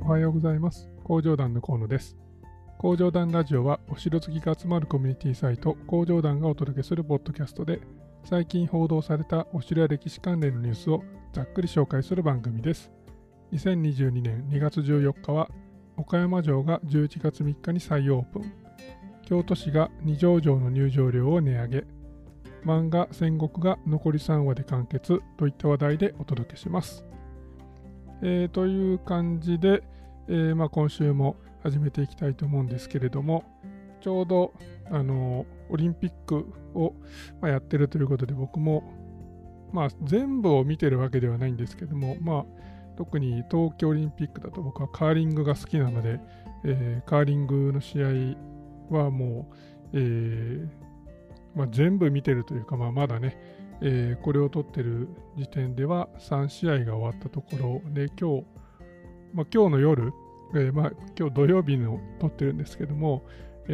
おはようございます。工場団の河野です。工場団ラジオはお城好きが集まるコミュニティサイト工場団がお届けするポッドキャストで、最近報道されたお城や歴史関連のニュースをざっくり紹介する番組です。2022年2月14日は岡山城が11月3日に再オープン、京都市が二条城の入場料を値上げ、漫画戦国が残り3話で完結といった話題でお届けします。という感じで、今週も始めていきたいと思うんですけれども、ちょうどオリンピックを、やってるということで、僕も、全部を見てるわけではないんですけども、特に東京オリンピックだと僕はカーリングが好きなので、カーリングの試合はもう、全部見てるというか、まだね、これを撮ってる時点では3試合が終わったところで、今日の夜、今日土曜日の撮ってるんですけども、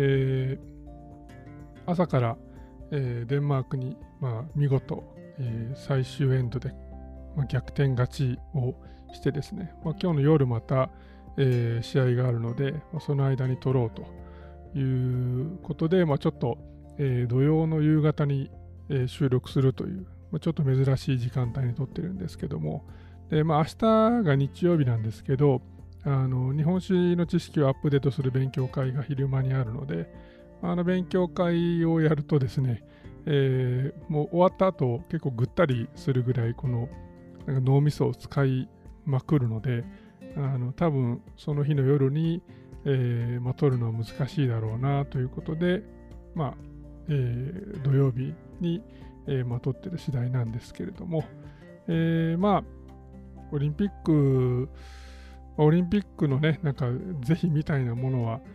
朝から、デンマークに、見事、最終エンドで、逆転勝ちをしてですね、今日の夜また、試合があるので、その間に撮ろうということで、ちょっと、土曜の夕方に収録するという、ちょっと珍しい時間帯に撮ってるんですけども、で明日が日曜日なんですけど、日本史の知識をアップデートする勉強会が昼間にあるので、勉強会をやるとですね、もう終わった後結構ぐったりするぐらいこの脳みそを使いまくるので、多分その日の夜に、撮るのは難しいだろうなということで、土曜日に、撮ってる次第なんですけれども、オリンピックのね、ぜひみたいなものは、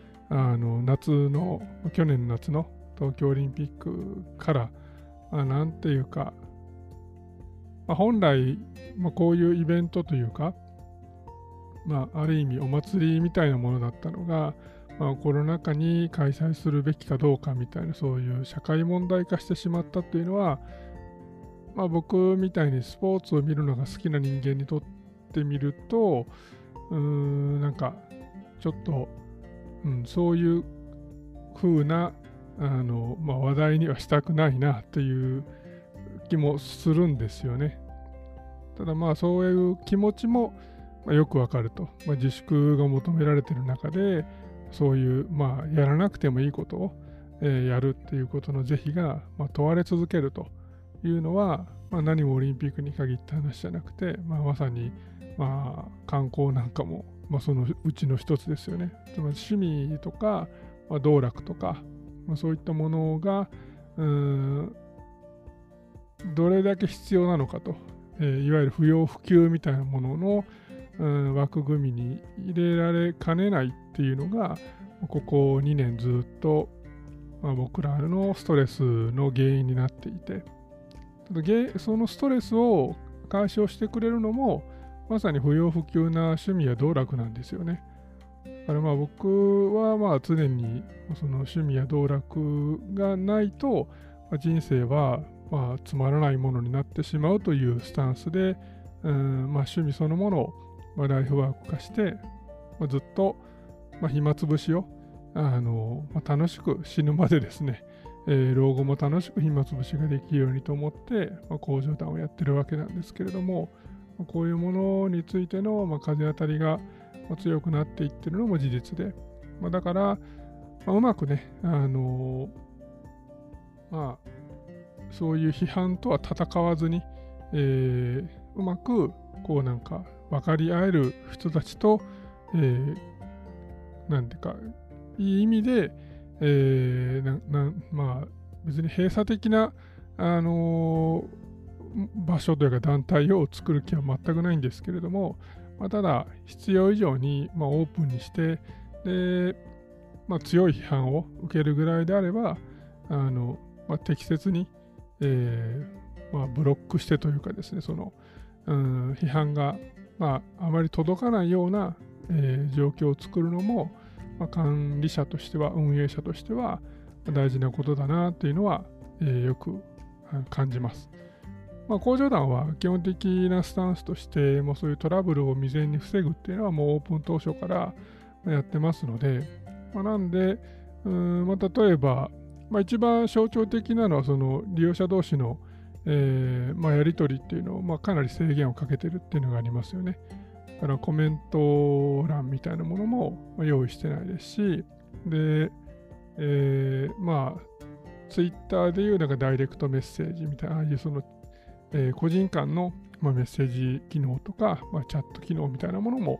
去年の夏の東京オリンピックから、なんていうか、本来、こういうイベントというか、ある意味お祭りみたいなものだったのが、コロナ禍に開催するべきかどうかみたいな、そういう社会問題化してしまったというのは、僕みたいにスポーツを見るのが好きな人間にとってみると、ちょっと、そういう風な話題にはしたくないなという気もするんですよね。ただそういう気持ちもよくわかると、自粛が求められている中で、そういうやらなくてもいいことを、やるっていうことの是非が、問われ続けるというのは、何もオリンピックに限った話じゃなくて、まさに、観光なんかも、そのうちの一つですよね。つまり趣味とか、道楽とか、そういったものがどれだけ必要なのかと、いわゆる不要不急みたいなものの枠組みに入れられかねないっていうのが、ここ2年ずっと、僕らのストレスの原因になっていて、そのストレスを解消してくれるのもまさに不要不急な趣味や道楽なんですよね。だから僕は常にその趣味や道楽がないと、人生はつまらないものになってしまうというスタンスで、趣味そのものをライフワーク化して、ずっと暇つぶしを楽しく死ぬまでですね、老後も楽しく暇つぶしができるようにと思って、工場団をやってるわけなんですけれども、こういうものについての風当たりが強くなっていってるのも事実で、だから、うまくね、そういう批判とは戦わずに、うまく分かり合える人たちと、なんていうかいい意味で、別に閉鎖的な、場所というか団体を作る気は全くないんですけれども、ただ必要以上に、オープンにしてで、強い批判を受けるぐらいであれば適切に、ブロックしてというかですね、その、批判が、あまり届かないような、状況を作るのも、管理者としては運営者としては大事なことだなというのは、よく感じます。 工場団は基本的なスタンスとして、もうそういうトラブルを未然に防ぐっていうのはもうオープン当初からやってますので、なんで、例えば、一番象徴的なのはその利用者同士の、やり取りっていうのを、かなり制限をかけてるっていうのがありますよね。だからコメント欄みたいなものも用意してないですし、で、ツイッターでいうなんかダイレクトメッセージみたいな、ああいうその、個人間の、メッセージ機能とか、チャット機能みたいなものも、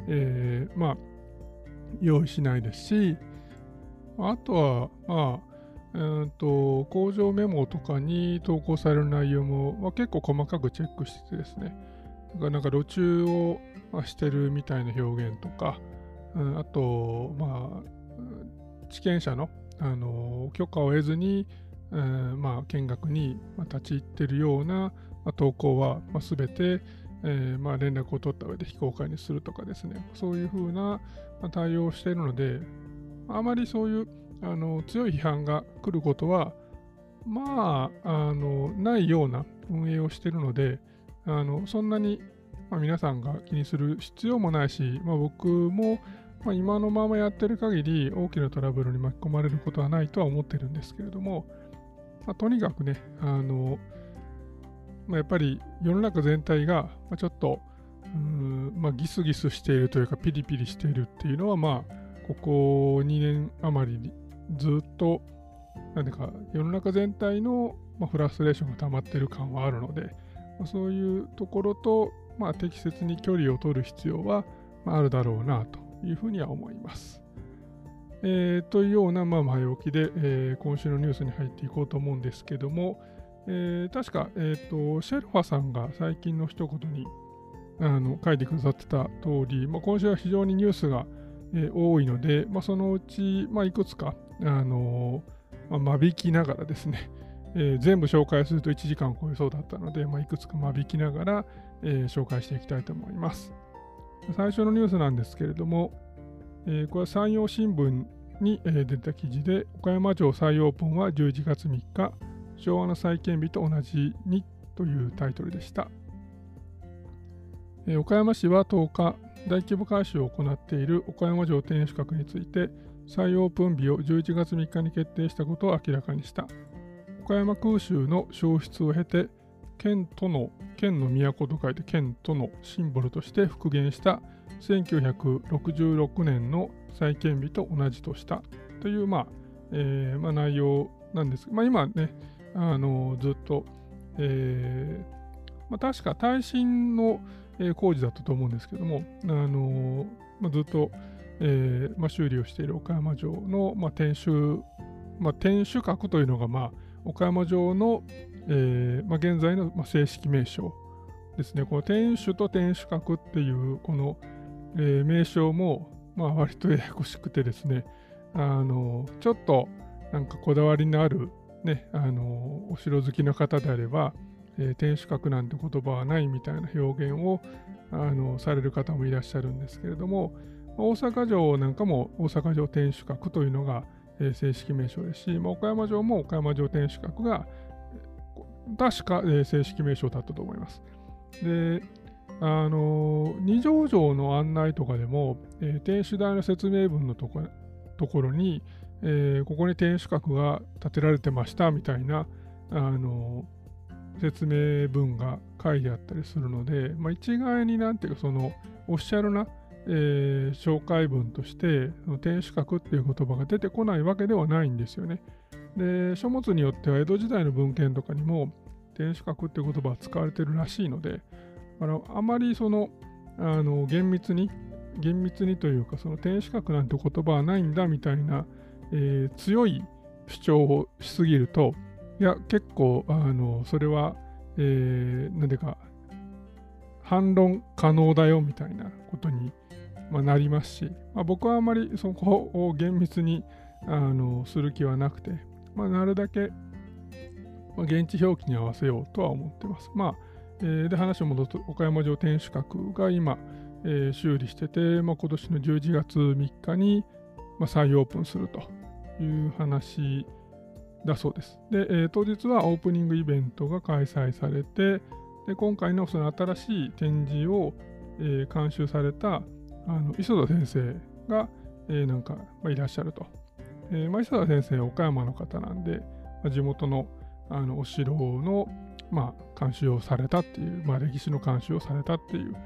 用意しないですし、あとは、工場メモとかに投稿される内容も、結構細かくチェックしててですね、なんか路中を、してるみたいな表現とか、あと、地権者の、許可を得ずに、見学に立ち入ってるような、投稿は、全て、連絡を取った上で非公開にするとかですね、そういうふうな対応をしているので、あまりそういう強い批判が来ることは、ないような運営をしているので、そんなに、皆さんが気にする必要もないし、僕も、今のままやってる限り大きなトラブルに巻き込まれることはないとは思ってるんですけれども、とにかくね、やっぱり世の中全体がちょっとギスギスしているというかピリピリしているっていうのはここ2年余りずっとなんでか世の中全体のフラストレーションが溜まっている感はあるので、そういうところと適切に距離を取る必要はあるだろうなというふうには思います。というような前置きで、今週のニュースに入っていこうと思うんですけども、確か、シェルファさんが最近の一言に書いてくださってた通り、今週は非常にニュースが、多いので、そのうち、いくつか、間引きながらですね、全部紹介すると1時間を超えそうだったので、いくつか間引きながら、紹介していきたいと思います。最初のニュースなんですけれども、これは山陽新聞に、出た記事で、岡山城再オープンは11月3日、昭和の再建日と同じにというタイトルでした。岡山市は10日、大規模改修を行っている岡山城天守閣について、再オープン日を11月3日に決定したことを明らかにした。岡山空襲の消失を経て、県の都と書いて県都のシンボルとして復元した1966年の再建日と同じとしたという、内容なんですが、今ね、ずっと、確か耐震の工事だったと思うんですけども、ずっと、修理をしている岡山城の、天守閣というのが、岡山城の、現在の、正式名称ですね。この天守と天守閣っていうこの、名称も、割とややこしくてですね、ちょっとなんかこだわりのある、ね、お城好きの方であれば、天守閣なんて言葉はないみたいな表現をされる方もいらっしゃるんですけれども、大阪城なんかも大阪城天守閣というのが、正式名称ですし、岡山城も岡山城天守閣が確か、正式名称だったと思います。で、二条城の案内とかでも、天守台の説明文のところに、ここに天守閣が建てられてましたみたいな説明文が書いてあったりするので、一概になんていうかそのオフィシャルな、紹介文として天守閣っていう言葉が出てこないわけではないんですよね。で、書物によっては江戸時代の文献とかにも天守閣っていう言葉は使われてるらしいので、あまりその厳密にというかその天守閣なんて言葉はないんだみたいな、強い主張をしすぎると、いや結構それは、なんでか反論可能だよみたいなことに、なりますし、僕はあまりそこを厳密にする気はなくて、なるだけ、現地表記に合わせようとは思ってます。で話を戻すと岡山城天守閣が今、修理してて、今年の11月3日に、再オープンするという話だそうです。で、当日はオープニングイベントが開催されて、で今回のその新しい展示を、監修された磯田先生が、いらっしゃると。磯田先生は岡山の方なんで、地元の、お城の、監修をされたっていう、歴史の監修をされたっていう、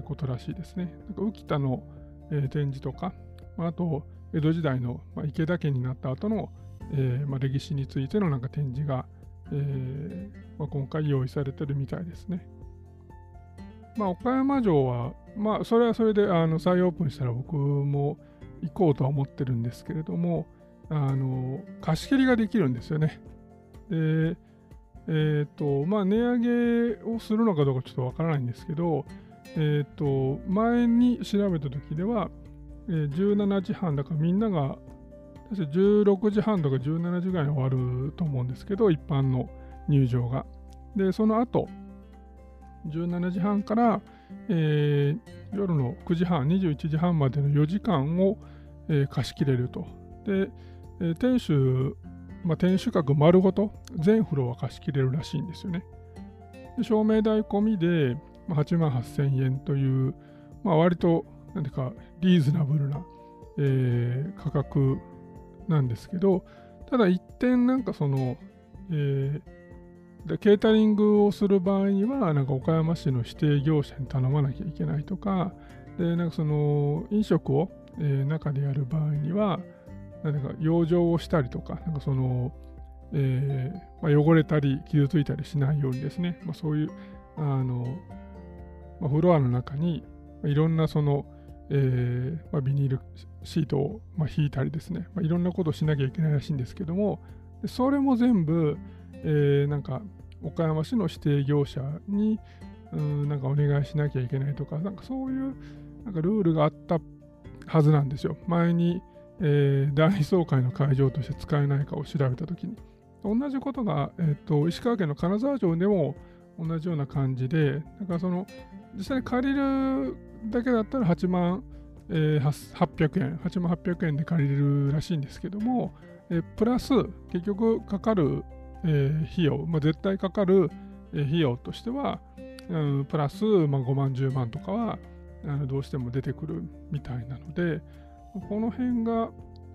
ことらしいですね。浮田の、展示とか、あと江戸時代の、池田家になった後の、歴史についての展示が、今回用意されてるみたいですね。岡山城は、それはそれで再オープンしたら僕も行こうとは思ってるんですけれども、貸し切りができるんですよね。で、値上げをするのかどうかちょっとわからないんですけど、前に調べた時では、17時半だからみんなが確か16時半とか17時ぐらいに終わると思うんですけど、一般の入場が。で、その後、17時半から、夜の9時半、21時半までの4時間を、貸し切れると。で、天守閣丸ごと全フロア貸し切れるらしいんですよね。で照明代込みで8万8000円という、割とリーズナブルな、価格なんですけど、ただ一点ケータリングをする場合には岡山市の指定業者に頼まなきゃいけないとか、で飲食を、中でやる場合には養生をしたりとか汚れたり傷ついたりしないようにですね、そういうフロアの中にいろんなビニールシートを引いたりですね、いろんなことをしなきゃいけないらしいんですけども、それも全部、岡山市の指定業者にお願いしなきゃいけないとか、そういうルールがあったはずなんですよ。前に、大総会の会場として使えないかを調べたときに。同じことが、石川県の金沢城でも同じような感じで、実際に借りるだけだったら8万800円で借りれるらしいんですけども、プラス結局かかる、費用、絶対かかる、費用としては、プラス、5万10万とかはどうしても出てくるみたいなので、この辺が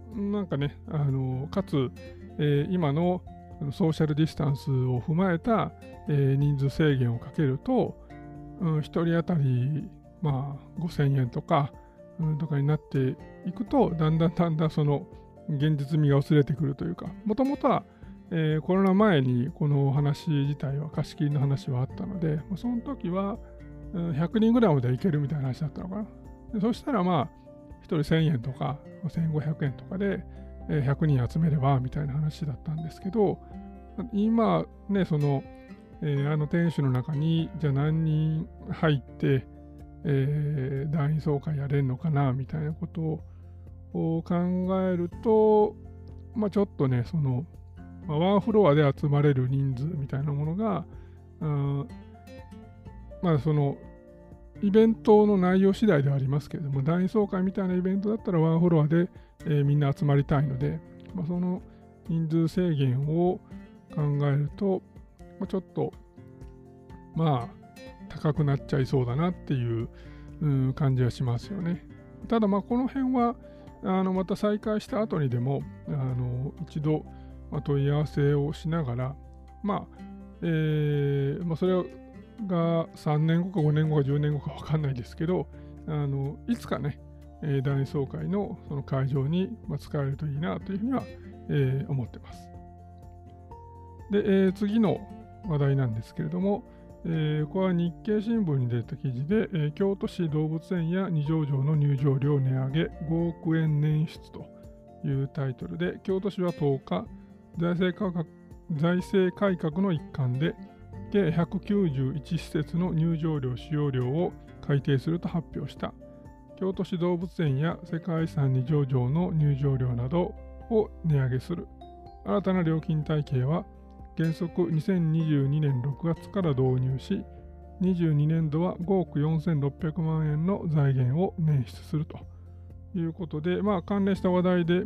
かつ、今のソーシャルディスタンスを踏まえた、人数制限をかけると、1人当たり、5000円とかになっていくと、だんだんその現実味が薄れてくるというか、もともとは、コロナ前にこの話自体は貸し切りの話はあったので、その時は100人ぐらいまではいけるみたいな話だったのかな。でそしたら1人1000円とか1500円とかで100人集めればみたいな話だったんですけど、今ね、店主の中にじゃあ何人入って、団員総会やれんのかなみたいなことを考えると、ちょっとね、ワンフロアで集まれる人数みたいなものが、イベントの内容次第ではありますけれども、団員総会みたいなイベントだったらワンフロアで、みんな集まりたいので、その人数制限を考えると、ちょっと高くなっちゃいそうだなっていう、感じはしますよね。ただこの辺はまた再開した後にでも一度、問い合わせをしながらそれが3年後か5年後か10年後か分かんないですけど、いつかね、団員総会のその会場に使えるといいなというふうには、思ってます。で、次の話題なんですけれども、これは日経新聞に出た記事で、京都市動物園や二条城の入場料値上げ5億円捻出というタイトルで、京都市は10日、財政改革の一環で計191施設の入場料使用料を改定すると発表した。京都市動物園や世界遺産二条城の入場料などを値上げする。新たな料金体系は原則2022年6月から導入し、22年度は5億4600万円の財源を捻出するということで、関連した話題で、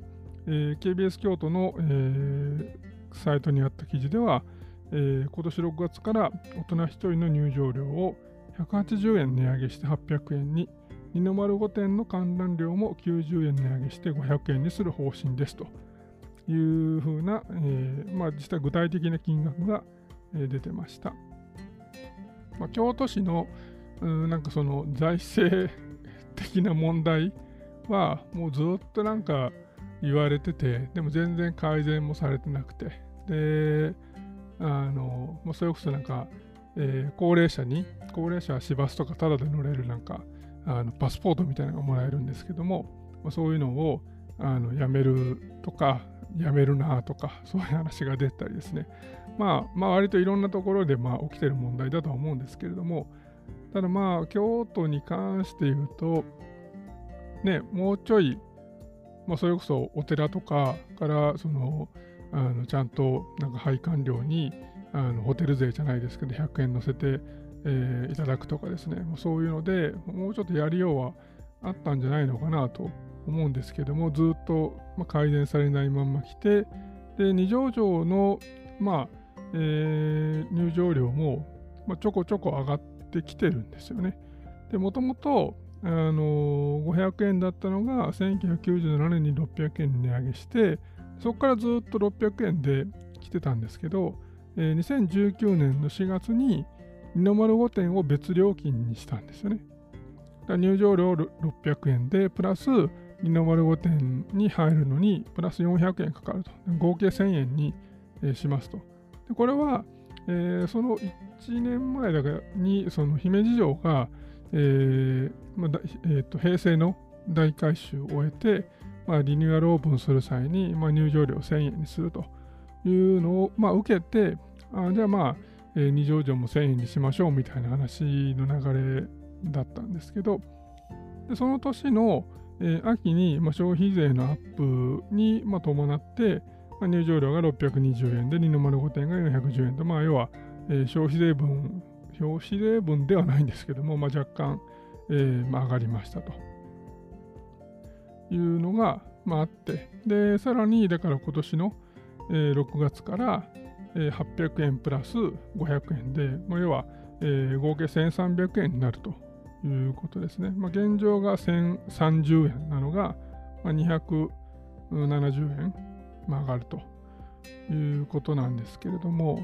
KBS 京都の、サイトにあった記事では、今年6月から大人1人の入場料を180円値上げして800円に、二の丸御殿の観覧料も90円値上げして500円にする方針ですというふうな、実際具体的な金額が、出てました。京都市のなんかその財政的な問題はもうずっとなんか言われてて、でも全然改善もされてなくて、で、それこそなんか、高齢者は市バスとかタダで乗れるなんかパスポートみたいなのがもらえるんですけども、そういうのをやめるとか、やめるなとか、そういう話が出たりですね。割といろんなところで起きてる問題だとは思うんですけれども、ただ京都に関して言うと、ね、もうちょい、それこそお寺とかからちゃんとなんか配管料にホテル税じゃないですけど100円乗せて、いただくとかですね、そういうのでもうちょっとやりようはあったんじゃないのかなと思うんですけども、ずっと改善されないまんま来て、で二条城の、入場料も、ちょこちょこ上がってきてるんですよね。でもともと500円だったのが1997年に600円に値上げして、そこからずっと600円で来てたんですけど、2019年の4月に二の丸御殿を別料金にしたんですよね。だから入場料600円でプラス二の丸御殿に入るのにプラス400円かかると。合計1000円にしますと。でこれは、その1年前だからにその姫路城が、平成の大改修を終えて、リニューアルオープンする際に、入場料1000円にするというのを、受けて、じゃあ二条城も1000円にしましょうみたいな話の流れだったんですけど、でその年の、秋に、消費税のアップに、伴って、入場料が620円で二の丸御殿が410円と、要は、消費税分ではないんですけども、若干、上がりましたというのが、あって、でさらにだから今年の、6月から、800円プラス500円で、要は、合計1300円になるということですね。現状が1030円なのが、270円、上がるということなんですけれども、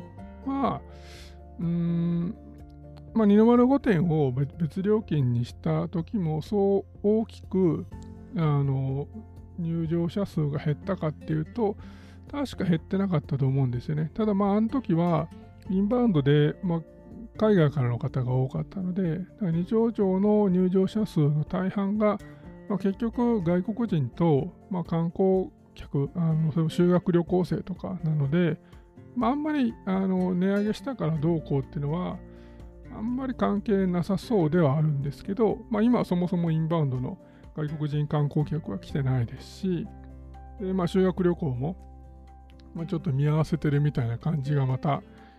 二の丸御殿を別料金にした時もそう大きく入場者数が減ったかっていうと確か減ってなかったと思うんですよね。ただあの時はインバウンドで、海外からの方が多かったので、二条城の入場者数の大半が、結局外国人と、観光客修学旅行生とかなので、あんまり値上げしたからどうこうっていうのはあんまり関係なさそうではあるんですけど、今はそもそもインバウンドの外国人観光客は来てないですし、で修学旅行も、ちょっと見合わせてるみたいな感じがまた、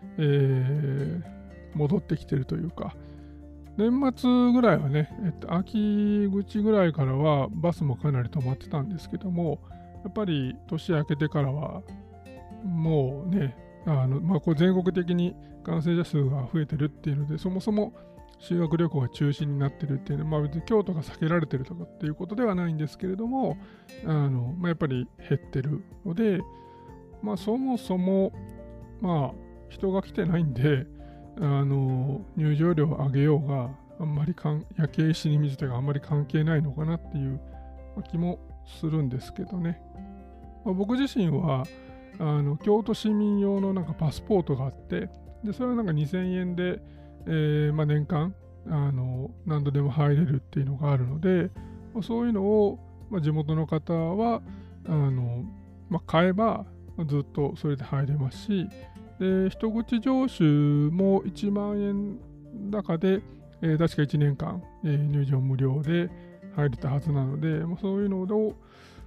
戻ってきてるというか、年末ぐらいはね、秋口ぐらいからはバスもかなり止まってたんですけども、やっぱり年明けてからはもうね、これ全国的に感染者数が増えてるっていうので、そもそも修学旅行が中止になってるっていうのは、別に京都が避けられてるとかっていうことではないんですけれども、やっぱり減ってるので、そもそも、人が来てないんで、入場料を上げようが、あんまり夜景石に水とかあんまり関係ないのかなっていう気もするんですけどね。僕自身は、京都市民用のなんかパスポートがあって、でそれはなんか2000円で、年間何度でも入れるっていうのがあるので、そういうのを、地元の方は買えばずっとそれで入れますし、で一口城主も1万円高で、確か1年間、入場無料で入れたはずなので、そういうのを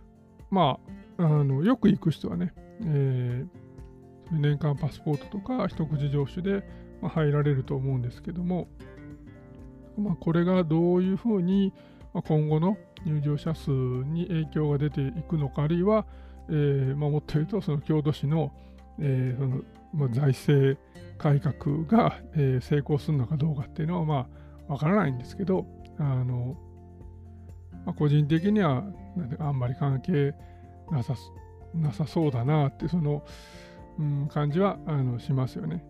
よく行く人はね、年間パスポートとか一口城主で、入られると思うんですけども、これがどういうふうに今後の入場者数に影響が出ていくのか、あるいは、 もっと言うとその京都市の、財政改革が、成功するのかどうかっていうのはわからないんですけど、個人的にはあんまり関係なさそうだなって感じはしますよね。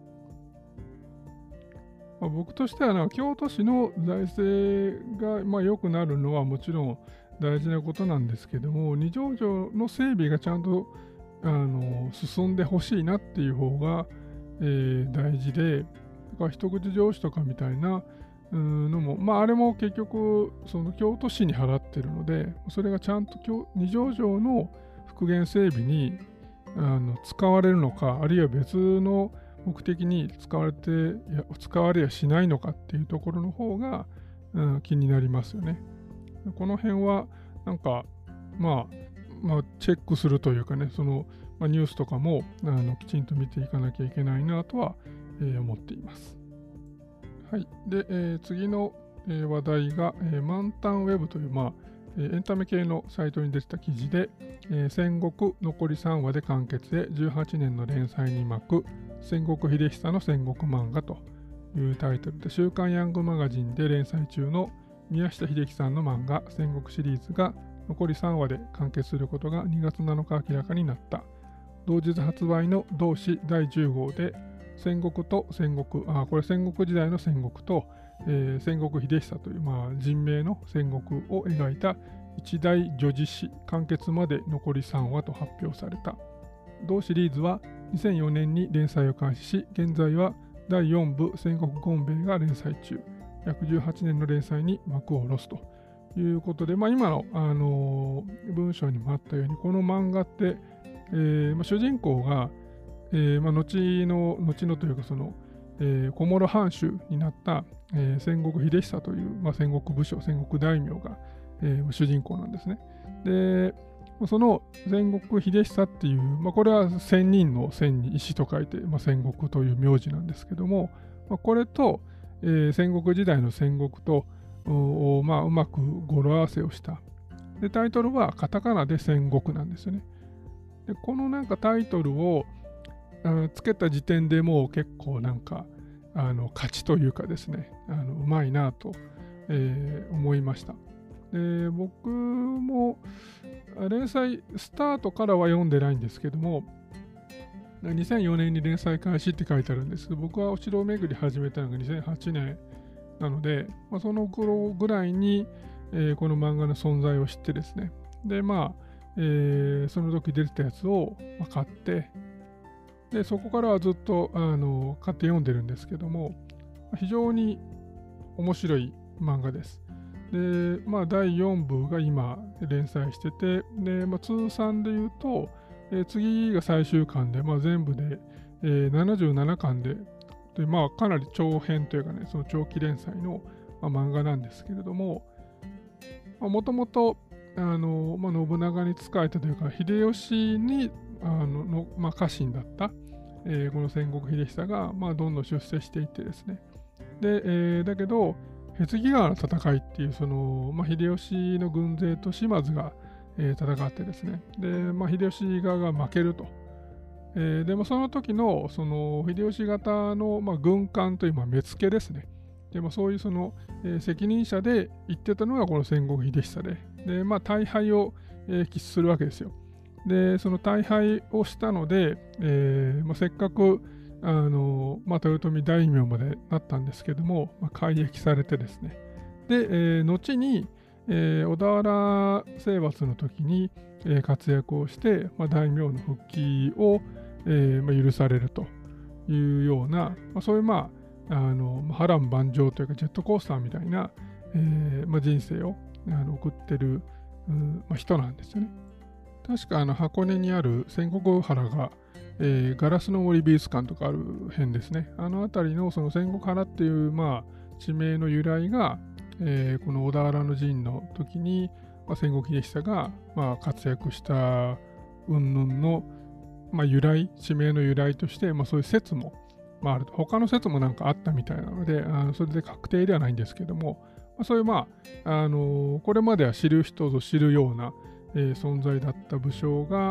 僕としては京都市の財政が良くなるのはもちろん大事なことなんですけども、二条城の整備がちゃんと進んでほしいなっていう方が、大事で、だから一口上司とかみたいなのも、あれも結局その京都市に払ってるので、それがちゃんと二条城の復元整備に使われるのか、あるいは別の目的に使われやしないのかっていうところの方が、気になりますよね。この辺はなんかチェックするというかね、ニュースとかもきちんと見ていかなきゃいけないなとは、思っています。はい。で、次の、話題が、満タンウェブという、エンタメ系のサイトに出てた記事で、戦国残り3話で完結で18年の連載に巻く戦国秀久の戦国漫画というタイトルで、週刊ヤングマガジンで連載中の宮下秀樹さんの漫画戦国シリーズが残り3話で完結することが2月7日明らかになった。同日発売の同誌第10号で戦国時代の戦国と、戦国秀久という、人名の戦国を描いた一大叙事詩完結まで残り3話と発表された。同シリーズは2004年に連載を開始し、現在は第4部戦国権兵衛が連載中。約18年の連載に幕を下ろすということで、今の、文章にもあったように、この漫画って、主人公が、後のというか小諸藩主になった、戦国秀久という、戦国武将、戦国大名が、主人公なんですね。で、その戦国秀久っていう、これは千人の千に石と書いて、戦国という名字なんですけども、これと、戦国時代の戦国とうまく語呂合わせをした。で、タイトルはカタカナで戦国なんですよね。で、このタイトルをつけた時点でもう結構勝ちというかですね、うまいなと、思いました。で、僕も連載スタートからは読んでないんですけども、2004年に連載開始って書いてあるんです。僕はお城を巡り始めたのが2008年なので、その頃ぐらいに、この漫画の存在を知ってですね。で、その時出てたやつを買って、で、そこからはずっと買って読んでるんですけども、非常に面白い漫画です。で、第4部が今連載してて、で、通算で言うと、次が最終巻で、全部で、77巻で、かなり長編というかね、その長期連載の、漫画なんですけれども、もともと信長に仕えたというか、秀吉に家臣だった、この戦国秀久が、どんどん出世していってですね。で、だけど、へつぎ川の戦いっていう、秀吉の軍勢と島津が、戦ってですね。で、秀吉側が負けると。でもその時の、秀吉方の、軍艦という、目付けですね。で、そういう責任者で言ってたのがこの戦国秀久で、で、大敗を、喫するわけですよ。で、その大敗をしたので、せっかく、豊臣大名までなったんですけども、改易されてですね。で、後に、小田原征伐の時に、活躍をして、大名の復帰を、許されるというような、そういう波乱万丈というかジェットコースターみたいな、人生を送ってる、人なんですよね。確か箱根にある仙石原が、ガラスの森美術館とかある辺ですね。あの辺りのその仙石原っていう、地名の由来が、この小田原の陣の時に、戦国秀久が、活躍した云々の、由来、地名の由来として、そういう説も、あると。他の説もあったみたいなので、それで確定ではないんですけども、そういうこれまでは知る人ぞ知るような、存在だった武将が、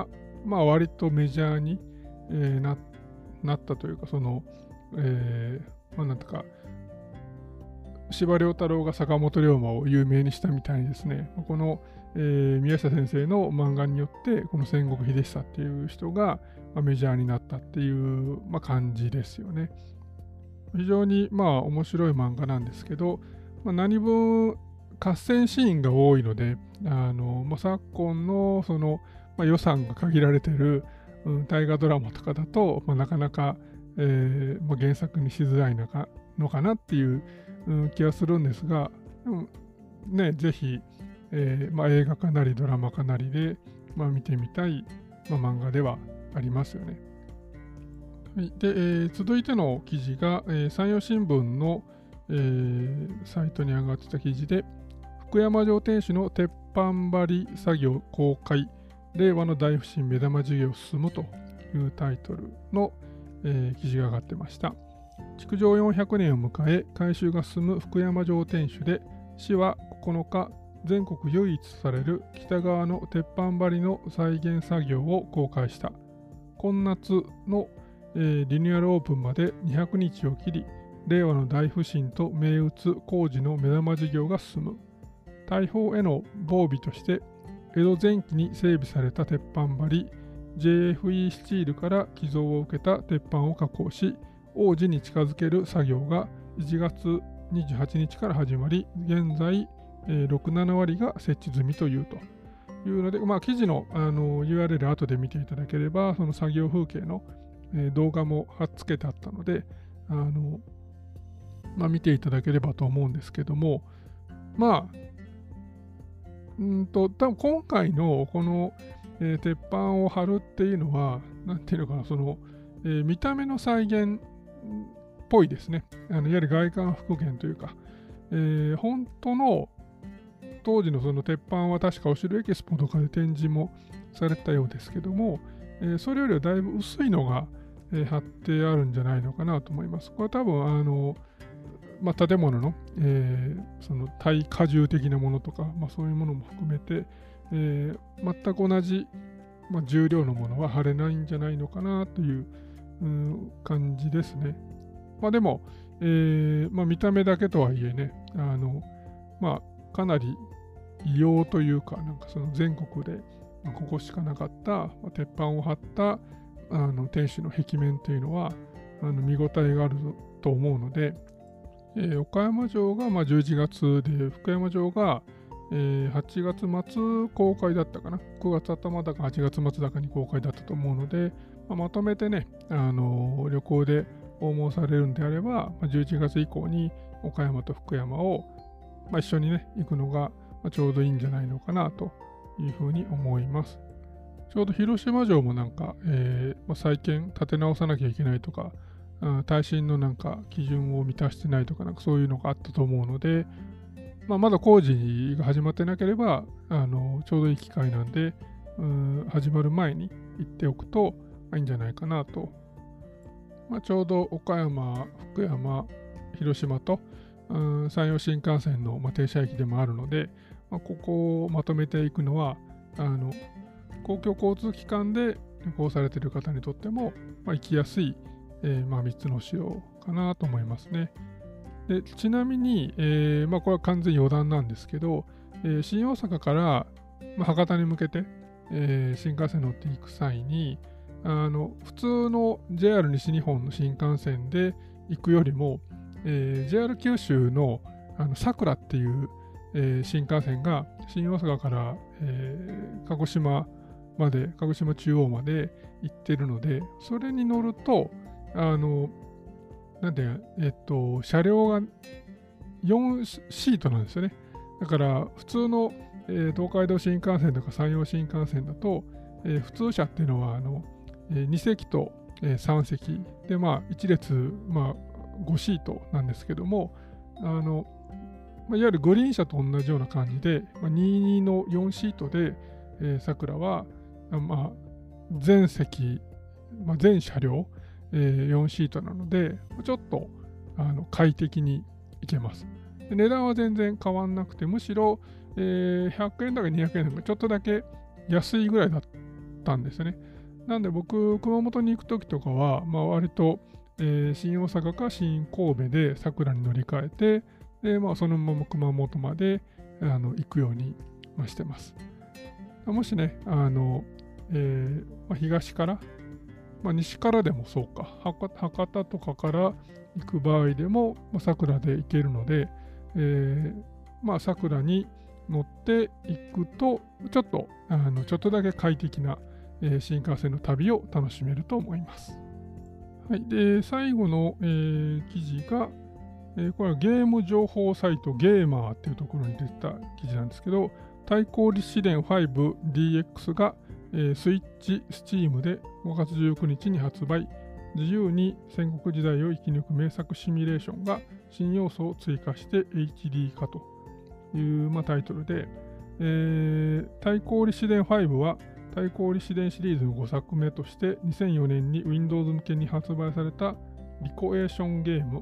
割とメジャーに、なったというか、なんとか、司馬遼太郎が坂本龍馬を有名にしたみたいにですね、この、宮下先生の漫画によって、この戦国秀久っていう人が、メジャーになったっていう、感じですよね。非常に面白い漫画なんですけど、何分合戦シーンが多いので、昨今の予算が限られている、大河ドラマとかだと、なかなか、原作にしづらいのかなっていう、気はするんですが、でもね、ぜひ、映画かなりドラマかなりで、見てみたい、漫画ではありますよね。はい、で、続いての記事が、山陽新聞の、サイトに上がってた記事で、福山城天守の鉄板張り作業公開、令和の大不振目玉事業進むというタイトルの、記事が上がってました。築城400年を迎え、改修が進む福山城天守で、市は9日、全国唯一とされる北側の鉄板張りの再現作業を公開した。今夏の、リニューアルオープンまで200日を切り、令和の大不振と銘打つ工事の目玉事業が進む。大砲への防備として、江戸前期に整備された鉄板張り、JFE スチールから寄贈を受けた鉄板を加工し、王子に近づける作業が1月28日から始まり、現在、6、7割が設置済みというので、記事の、URL 後で見ていただければ、その作業風景の、動画も貼っつけてあったので、見ていただければと思うんですけども、多分今回のこの、鉄板を貼るっていうのは、なんていうのかな、見た目の再現っぽいですね。いわゆる外観復元というか、本当の当時のその鉄板は確かお城エキスポとかで展示もされたようですけども、それよりはだいぶ薄いのが、貼ってあるんじゃないのかなと思います。これは多分建物の、その耐荷重的なものとか、そういうものも含めて、全く同じ、重量のものは貼れないんじゃないのかなという、感じですね。でも、見た目だけとはいえね、かなり異様というか、なんかその全国で、ここしかなかった、鉄板を張った天守の壁面というのは見応えがあると思うので、岡山城が11月で、福山城が、8月末公開だったかな。9月頭だか8月末だかに公開だったと思うので、まとめてね、旅行で訪問されるんであれば、11月以降に岡山と福山を、一緒にね、行くのがちょうどいいんじゃないのかなというふうに思います。ちょうど広島城もなんか、再建、建て直さなきゃいけないとか、耐震のなんか基準を満たしてないとか、なんかそういうのがあったと思うので、まだ工事が始まってなければ、ちょうどいい機会なんで、始まる前に行っておくといいんじゃないかなと。ちょうど岡山、福山、広島と、山陽新幹線の、停車駅でもあるので、ここをまとめていくのは、公共交通機関で旅行されている方にとっても、行きやすい、3つの城かなと思いますね。でちなみに、これは完全余談なんですけど、新大阪から、博多に向けて、新幹線乗っていく際に、普通の JR 西日本の新幹線で行くよりも、JR 九州のさくらっていう、新幹線が新大阪から、鹿児島中央まで行ってるので、それに乗ると、車両が4シートなんですよね。だから普通の、東海道新幹線とか山陽新幹線だと、普通車っていうのは2席と、3席で、1列、5シートなんですけども、いわゆるグリーン車と同じような感じで、22の4シートで、さくらは、全席、全車両、4シートなので、ちょっと快適に行けます。で値段は全然変わんなくて、むしろ、100円だか200円だかちょっとだけ安いぐらいだったんですね。 なんで僕、熊本に行くときとかは、割と、新大阪か新神戸で桜に乗り換えて、で、そのまま熊本まで行くようにしてます。もしね、東から、西からでもそうか、博多とかから行く場合でも、桜で行けるので、桜に乗っていくと、ちょっとだけ快適な、新幹線の旅を楽しめると思います。はい、で最後の、記事が、これはゲーム情報サイトゲーマーっていうところに出た記事なんですけど、対抗立志伝 5DX が、スイッチ、スチームで5月19日に発売。自由に戦国時代を生き抜く名作シミュレーションが新要素を追加して HD 化という、タイトルで、対抗立志伝5は対抗立志伝シリーズの5作目として2004年に Windows 向けに発売されたリコエーションゲーム、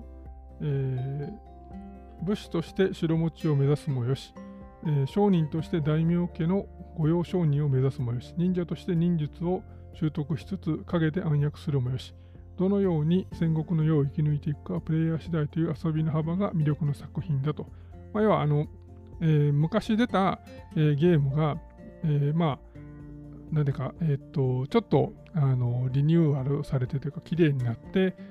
武士として城持ちを目指すもよし、商人として大名家の御用商人を目指すもよし、忍者として忍術を習得しつつ影で暗躍するもよし、どのように戦国の世を生き抜いていくかプレイヤー次第という遊びの幅が魅力の作品だと。要は昔出た、ゲームが、なんでか、ちょっとリニューアルされてというか、綺麗になって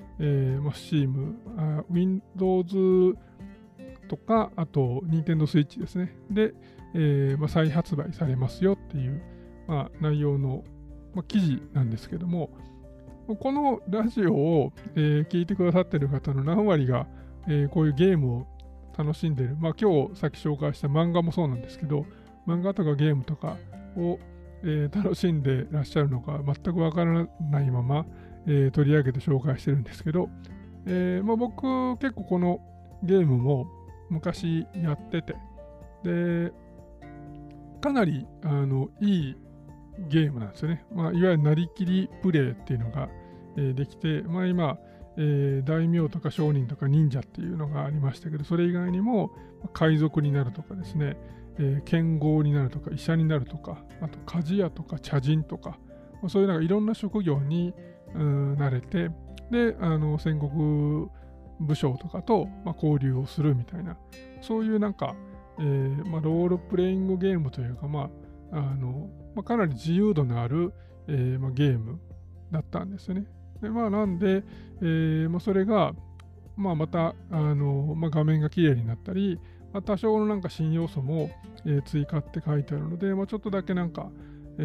、Steam、Windows とか、あと Nintendo Switch ですね。で、再発売されますよっていう、内容の、記事なんですけども、このラジオを、聞いてくださっている方の何割が、こういうゲームを楽しんでいる。今日さっき紹介した漫画もそうなんですけど、漫画とかゲームとかを、楽しんでらっしゃるのか全くわからないまま、取り上げて紹介してるんですけど、僕結構このゲームも昔やってて、で、かなりいいゲームなんですよね。いわゆるなりきりプレイっていうのが、できて、今、大名とか商人とか忍者っていうのがありましたけど、それ以外にも海賊になるとかですね、剣豪になるとか医者になるとか、あと鍛冶屋とか茶人とか、そういうなんかいろんな職業になれて、で戦国武将とかと、交流をするみたいな、そういうなんか、ロールプレイングゲームというか、かなり自由度のある、ゲームだったんですよね。でなんで、それが、また画面が綺麗になったり、多少のなんか新要素も、追加って書いてあるので、ちょっとだけなんか、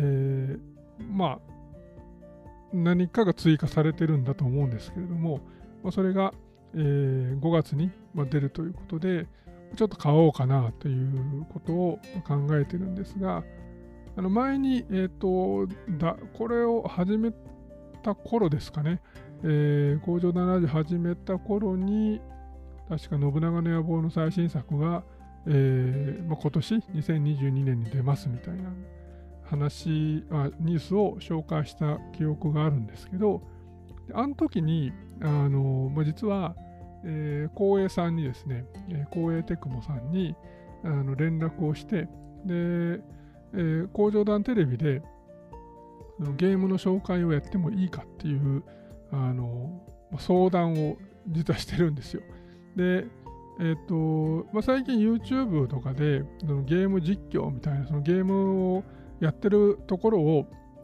何かが追加されてるんだと思うんですけれども、それが、5月に出るということで、ちょっと買おうかなということを考えてるんですが、前に、これを始めた頃ですかね、工場70始めた頃に、確か信長の野望の最新作が、今年2022年に出ますみたいなニュースを紹介した記憶があるんですけど、あの時に実は、光栄さんにですね、光栄テクモさんに連絡をして、で、工場団テレビでゲームの紹介をやってもいいかっていう相談を実はしてるんですよ。で、最近 YouTube とかでゲーム実況みたいなそのゲームをやってるところを、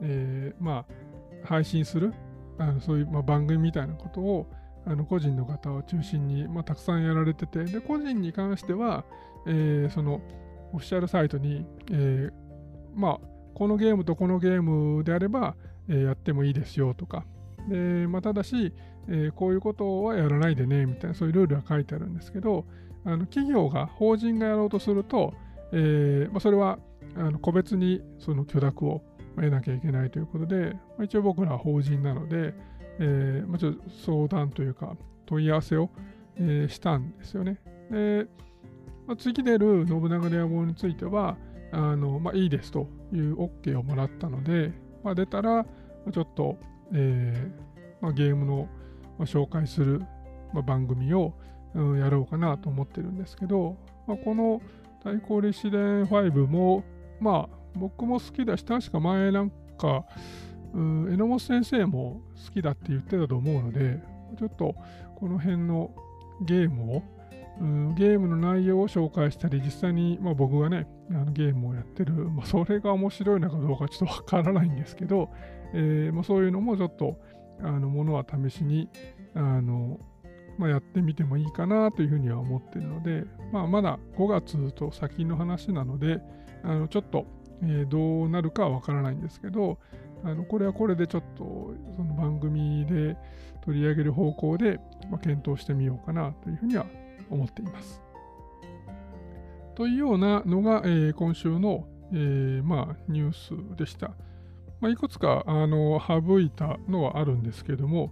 配信するそういう番組みたいなことを個人の方を中心にたくさんやられてて、で個人に関しては、そのオフィシャルサイトに、このゲームとこのゲームであれば、やってもいいですよとか、でただし、こういうことはやらないでねみたいなそういうルールが書いてあるんですけど、企業が法人がやろうとすると、それは個別にその許諾を得なきゃいけないということで、一応僕らは法人なので、ちょっと相談というか問い合わせを、したんですよね。で、次出る信長の野望についてはいいですという OK をもらったので、出たらちょっと、ゲームの紹介する番組をやろうかなと思ってるんですけど、この対抗立志伝5も僕も好きだし、確か前なんか榎本先生も好きだって言ってたと思うので、ちょっとこの辺のゲームの内容を紹介したり、実際に、僕がね、ゲームをやってる、それが面白いのかどうかちょっとわからないんですけど、そういうのもちょっと、ものは試しに、やってみてもいいかなというふうには思っているので、まだ5月と先の話なので、ちょっと、どうなるかはわからないんですけど、これはこれでちょっとその番組で取り上げる方向で、検討してみようかなというふうには思っています。というようなのが、今週の、ニュースでした。いくつか省いたのはあるんですけども、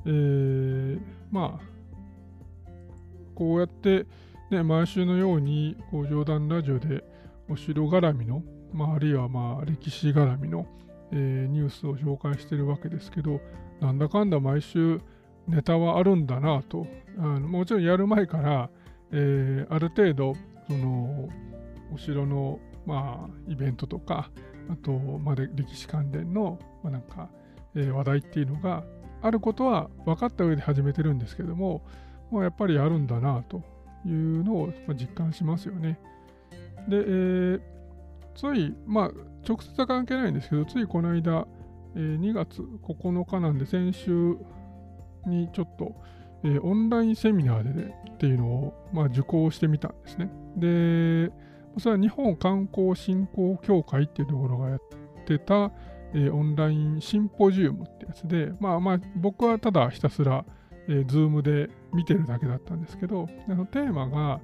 こうやって、ね、毎週のように冗談ラジオでお城絡みの、あるいは歴史絡みの、ニュースを紹介しているわけですけど、なんだかんだ毎週ネタはあるんだなと、もちろんやる前から、ある程度そのお城の、イベントとか、あと、歴史関連の、話題っていうのがあることは分かった上で始めてるんですけども、やっぱりあるんだなというのを実感しますよね。で、つい、直接は関係ないんですけど、ついこの間、2月9日なんで先週にちょっと、オンラインセミナーでっていうのを、受講してみたんですね。で、それは日本観光振興協会っていうところがやってた、オンラインシンポジウムってやつで、僕はただひたすら、Zoom で見てるだけだったんですけど、テーマが、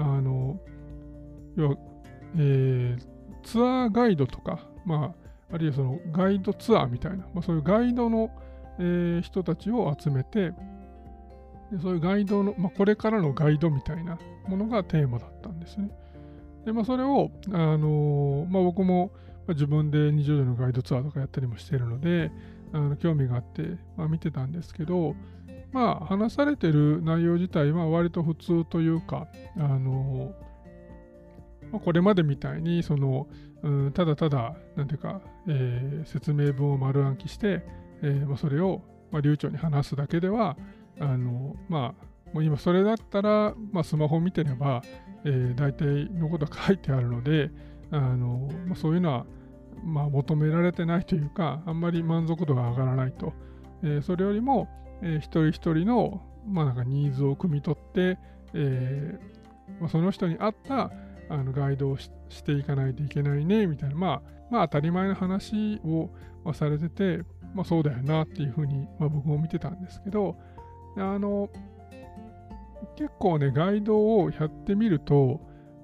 要は、ツアーガイドとか、あるいはそのガイドツアーみたいな、そういうガイドの、人たちを集めて、でそういうガイドの、これからのガイドみたいなものがテーマだったんですね。で、それを、僕も自分で20度のガイドツアーとかやったりもしているので、興味があって、見てたんですけど、話されてる内容自体は割と普通というか、これまでみたいにただただなんていうか、説明文を丸暗記して、それを、流暢に話すだけではもう今それだったら、スマホ見てれば、大体のことが書いてあるのでそういうのは、求められてないというか、あんまり満足度が上がらないと。それよりも、一人一人の、ニーズを汲み取って、その人に合ったガイドをしていかないといけないねみたいな、当たり前の話を、されてて、そうだよなっていうふうに、僕も見てたんですけど、結構ね、ガイドをやってみると、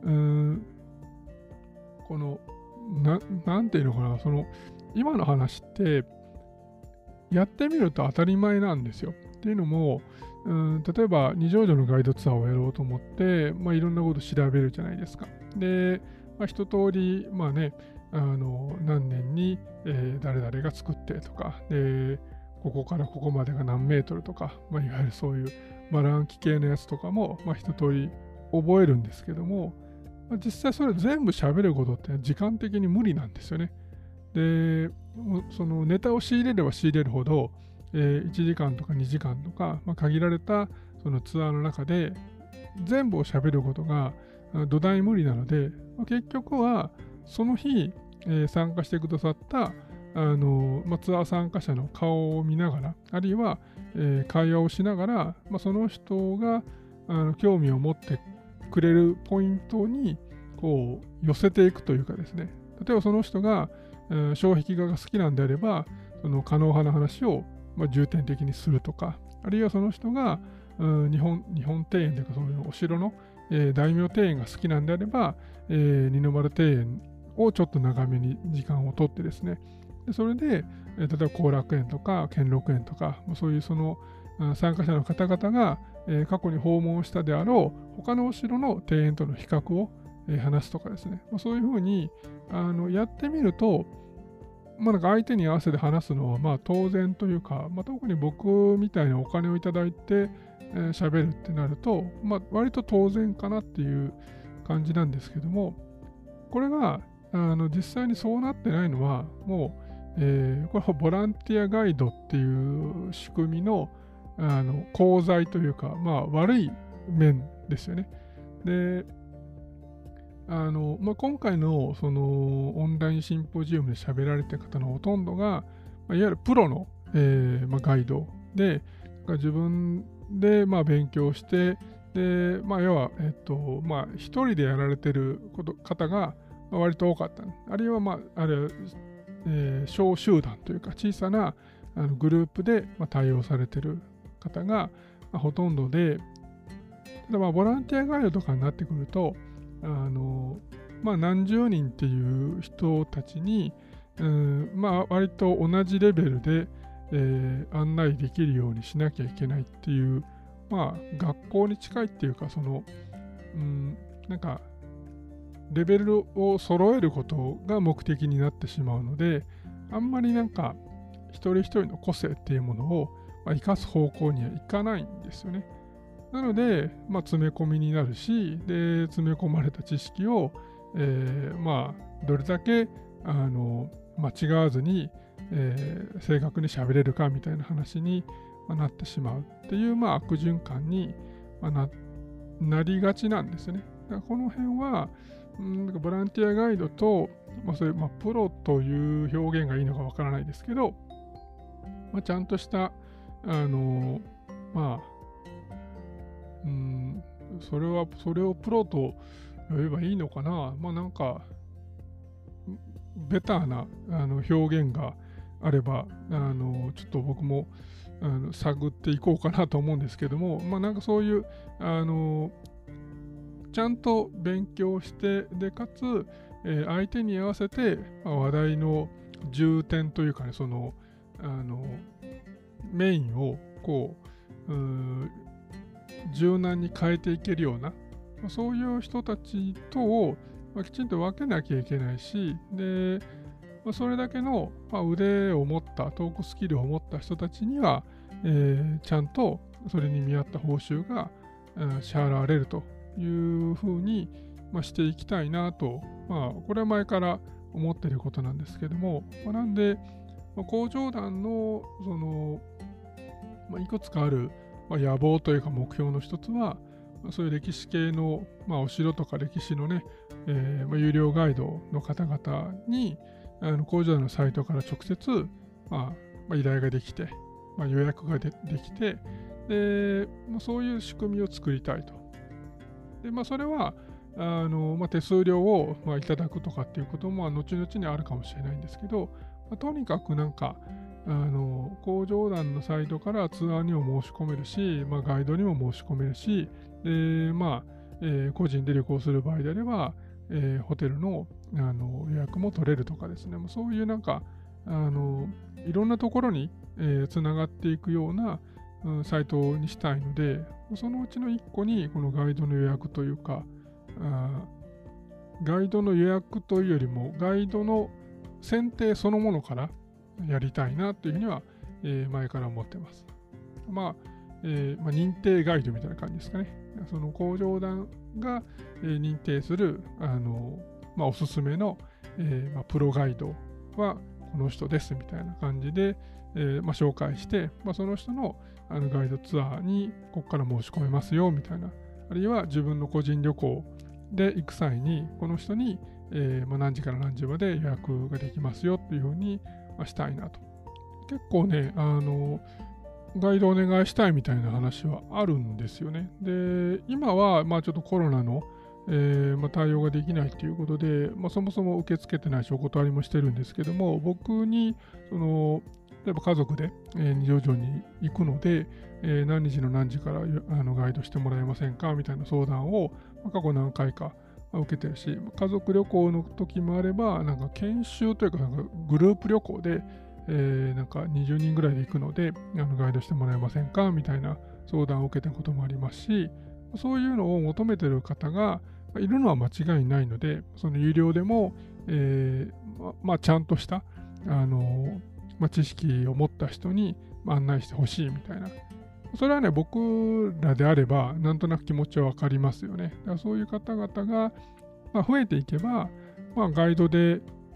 なんていうのかな、今の話って、やってみると当たり前なんですよ。っていうのも、例えば二条城のガイドツアーをやろうと思って、いろんなこと調べるじゃないですか。で、一通り、何年に、誰々が作ってとか、で、ここからここまでが何メートルとか、いわゆるそういう丸暗記系のやつとかも、一通り覚えるんですけども、実際それ全部喋ることって時間的に無理なんですよね。で、そのネタを仕入れれば仕入れるほど、1時間とか2時間とか、限られたそのツアーの中で全部を喋ることが土台無理なので、結局はその日、参加してくださったツアー参加者の顔を見ながら、あるいは、会話をしながら、その人が興味を持ってくれるポイントにこう寄せていくというかですね、例えばその人が、障壁画が好きなんであれば、その狩野派の話を、重点的にするとか、あるいはその人が、日本庭園というか、そういうお城の、大名庭園が好きなんであれば、二の丸庭園をちょっと長めに時間をとってですね、でそれで、例えば後楽園とか兼六園とか、そういうその参加者の方々が、過去に訪問したであろう他のお城の庭園との比較を、話すとかですね、そういうふうにやってみると、相手に合わせて話すのは当然というか、特に僕みたいにお金をいただいて喋るってなると、割と当然かなっていう感じなんですけども、これが実際にそうなってないのはもこれはボランティアガイドっていう仕組みの、功罪というか、悪い面ですよね。で、今回のそのオンラインシンポジウムで喋られてる方のほとんどが、いわゆるプロの、ガイドで、自分で勉強して、で、要は、一人でやられてる方が割と多かった。あるいは、小集団というか、小さなグループで対応されてる方がほとんどで、ただボランティアガイドとかになってくると、何十人っていう人たちに、割と同じレベルで、案内できるようにしなきゃいけないっていう、学校に近いっていうか、レベルを揃えることが目的になってしまうので、あんまり一人一人の個性っていうものを生かす方向にはいかないんですよね。なので、詰め込みになるし、で、詰め込まれた知識を、どれだけ間違わずに、正確に喋れるかみたいな話になってしまうっていう、悪循環になりがちなんですよね。だからこの辺は、ボランティアガイドと、そういうプロという表現がいいのかわからないですけど、ちゃんとした、それをプロと呼べばいいのかな。ベターな表現があれば、ちょっと僕も探っていこうかなと思うんですけども、そういう、ちゃんと勉強して、で、かつ、相手に合わせて、話題の重点というかね、メインを柔軟に変えていけるような、そういう人たちとを、きちんと分けなきゃいけないし、で、それだけの、腕を持った、トークスキルを持った人たちには、ちゃんとそれに見合った報酬が、支払われるというふうに、していきたいなと、これは前から思っていることなんですけども、なんで、工場団の、いくつかある、野望というか目標の一つは、そういう歴史系の、お城とか歴史のね、有料ガイドの方々に、工場団のサイトから直接、依頼ができて、予約が できて、で、そういう仕組みを作りたいと。で、それは、手数料を、いただくとかっていうことも、後々にあるかもしれないんですけど、とにかく工場団のサイトからツアーにも申し込めるし、ガイドにも申し込めるし、で、個人で旅行する場合であれば、ホテルの、予約も取れるとかですね、そういういろんなところに、つながっていくような、サイトにしたいので、そのうちの1個にこのガイドの予約というか、ガイドの予約というよりも、ガイドの選定そのものからやりたいなというふうには、前から思ってます。認定ガイドみたいな感じですかね。その工場団が、認定するおすすめの、プロガイドはこの人ですみたいな感じで、紹介して、その人のガイドツアーにここから申し込めますよみたいな、あるいは自分の個人旅行で行く際にこの人に、何時から何時まで予約ができますよっていうふうにしたいなと。結構ね、ガイドお願いしたいみたいな話はあるんですよね。で、今はちょっとコロナの、対応ができないということで、そもそも受け付けてないしお断りもしてるんですけども、僕に例えば家族で、二条城に行くので、何日の何時からガイドしてもらえませんかみたいな相談を、過去何回か受けてるし、家族旅行の時もあれば、研修というか、グループ旅行で、20人ぐらいで行くので、ガイドしてもらえませんかみたいな相談を受けたこともありますし、そういうのを求めてる方がいるのは間違いないので、その有料でも、ちゃんとした、知識を持った人に案内してほしいみたいな。それはね、僕らであれば、なんとなく気持ちはわかりますよね。だからそういう方々が、増えていけば、ガイドで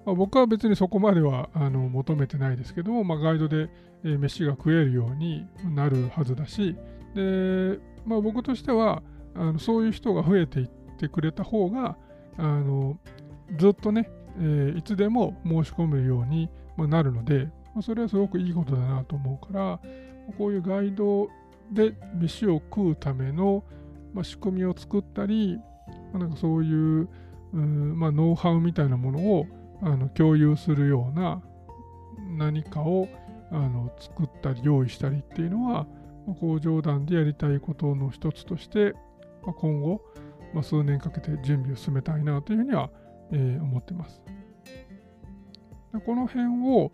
僕は別にそこまでは求めてないですけども、ガイドで、飯が食えるようになるはずだし、で、僕としてはそういう人が増えていってくれた方がずっとね、いつでも申し込めるようになるので、それはすごくいいことだなと思うから、こういうガイドで飯を食うための、仕組みを作ったり、なんかそういう、ノウハウみたいなものを共有するような何かを作ったり用意したりっていうのは、工場団でやりたいことの一つとして、今後、数年かけて準備を進めたいなというふうには、思ってます。この辺を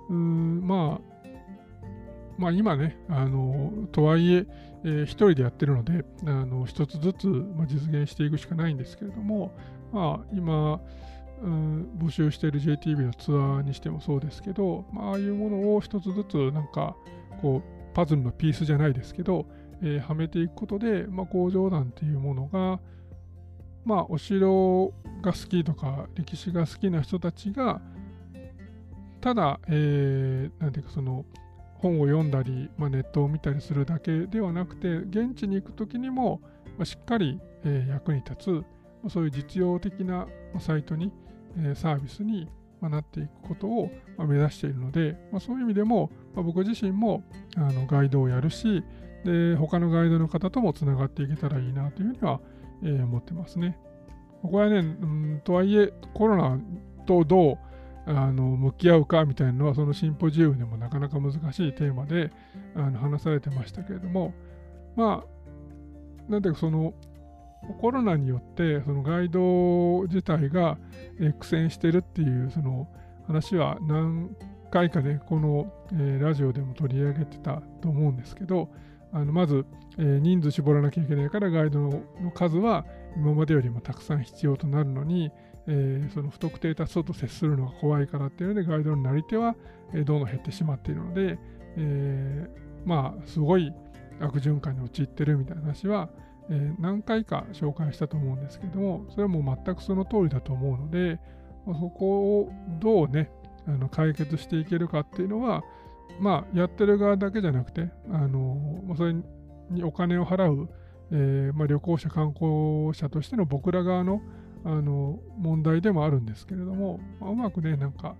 今ね、とはいえ一人でやってるので、一つずつ、実現していくしかないんですけれども、今、募集している JTB のツアーにしてもそうですけど、ああいうものを一つずつなんかこうパズルのピースじゃないですけど、はめていくことで、工場団っていうものが、お城が好きとか歴史が好きな人たちがただ、なんていうかその本を読んだり、ネットを見たりするだけではなくて、現地に行くときにも、しっかり、役に立つ、そういう実用的なサイトに、サービスになっていくことを目指しているので、そういう意味でも、僕自身もガイドをやるし、で他のガイドの方ともつながっていけたらいいなというふうには、思ってますね。これはね、とはいえコロナとどう向き合うかみたいなのはそのシンポジウムでもなかなか難しいテーマで話されてましたけれども、なんていうかそのコロナによってそのガイド自体が苦戦してるっていうその話は何回かねこのラジオでも取り上げてたと思うんですけど、まず人数絞らなきゃいけないからガイドの数は今までよりもたくさん必要となるのに、その不特定多数と接するのが怖いからっていうのでガイドのなり手はどんどん減ってしまっているので、すごい悪循環に陥ってるみたいな話は、何回か紹介したと思うんですけども、それはもう全くその通りだと思うので、そこをどうね解決していけるかっていうのは、やってる側だけじゃなくてそれにお金を払う、旅行者観光者としての僕ら側の問題でもあるんですけれども、うまくね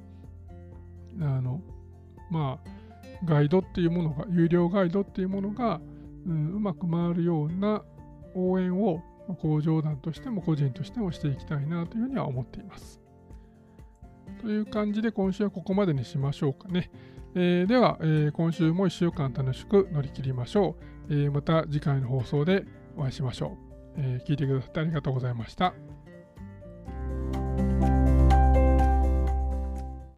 ガイドっていうものが有料ガイドっていうものが、うまく回るような応援を工場団としても個人としてもしていきたいなというふうには思っています。という感じで今週はここまでにしましょうかね。では、今週も1週間楽しく乗り切りましょう。また次回の放送でお会いしましょう。聞いてくださってありがとうございました。